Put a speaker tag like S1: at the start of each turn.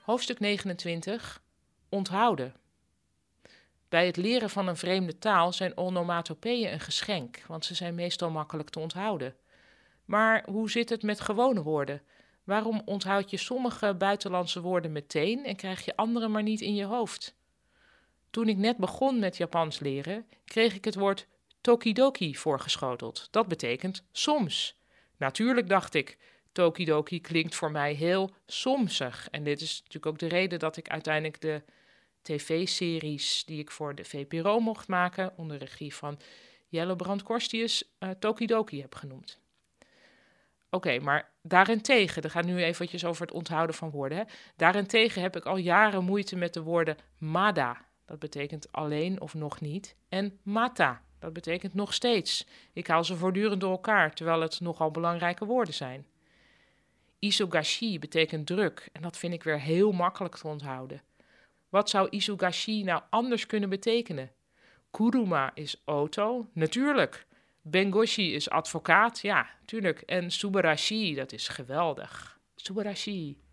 S1: Hoofdstuk 29. Onthouden. Bij het leren van een vreemde taal zijn onomatopeeën een geschenk, want ze zijn meestal makkelijk te onthouden. Maar hoe zit het met gewone woorden? Waarom onthoud je sommige buitenlandse woorden meteen en krijg je andere maar niet in je hoofd? Toen ik net begon met Japans leren, kreeg ik het woord tokidoki voorgeschoteld. Dat betekent soms. Natuurlijk dacht ik, tokidoki klinkt voor mij heel somsig. En dit is natuurlijk ook de reden dat ik uiteindelijk de tv-series die ik voor de VPRO mocht maken, onder regie van Jelle Brand-Korstius, tokidoki heb genoemd. Oké, maar daarentegen, dat gaat nu eventjes over het onthouden van woorden. Hè. Daarentegen heb ik al jaren moeite met de woorden mada. Dat betekent alleen of nog niet. En mata, dat betekent nog steeds. Ik haal ze voortdurend door elkaar, terwijl het nogal belangrijke woorden zijn. Isogashi betekent druk en dat vind ik weer heel makkelijk te onthouden. Wat zou isogashi nou anders kunnen betekenen? Kuruma is auto, natuurlijk. Bengoshi is advocaat, ja, tuurlijk. En subarashi, dat is geweldig. Subarashi.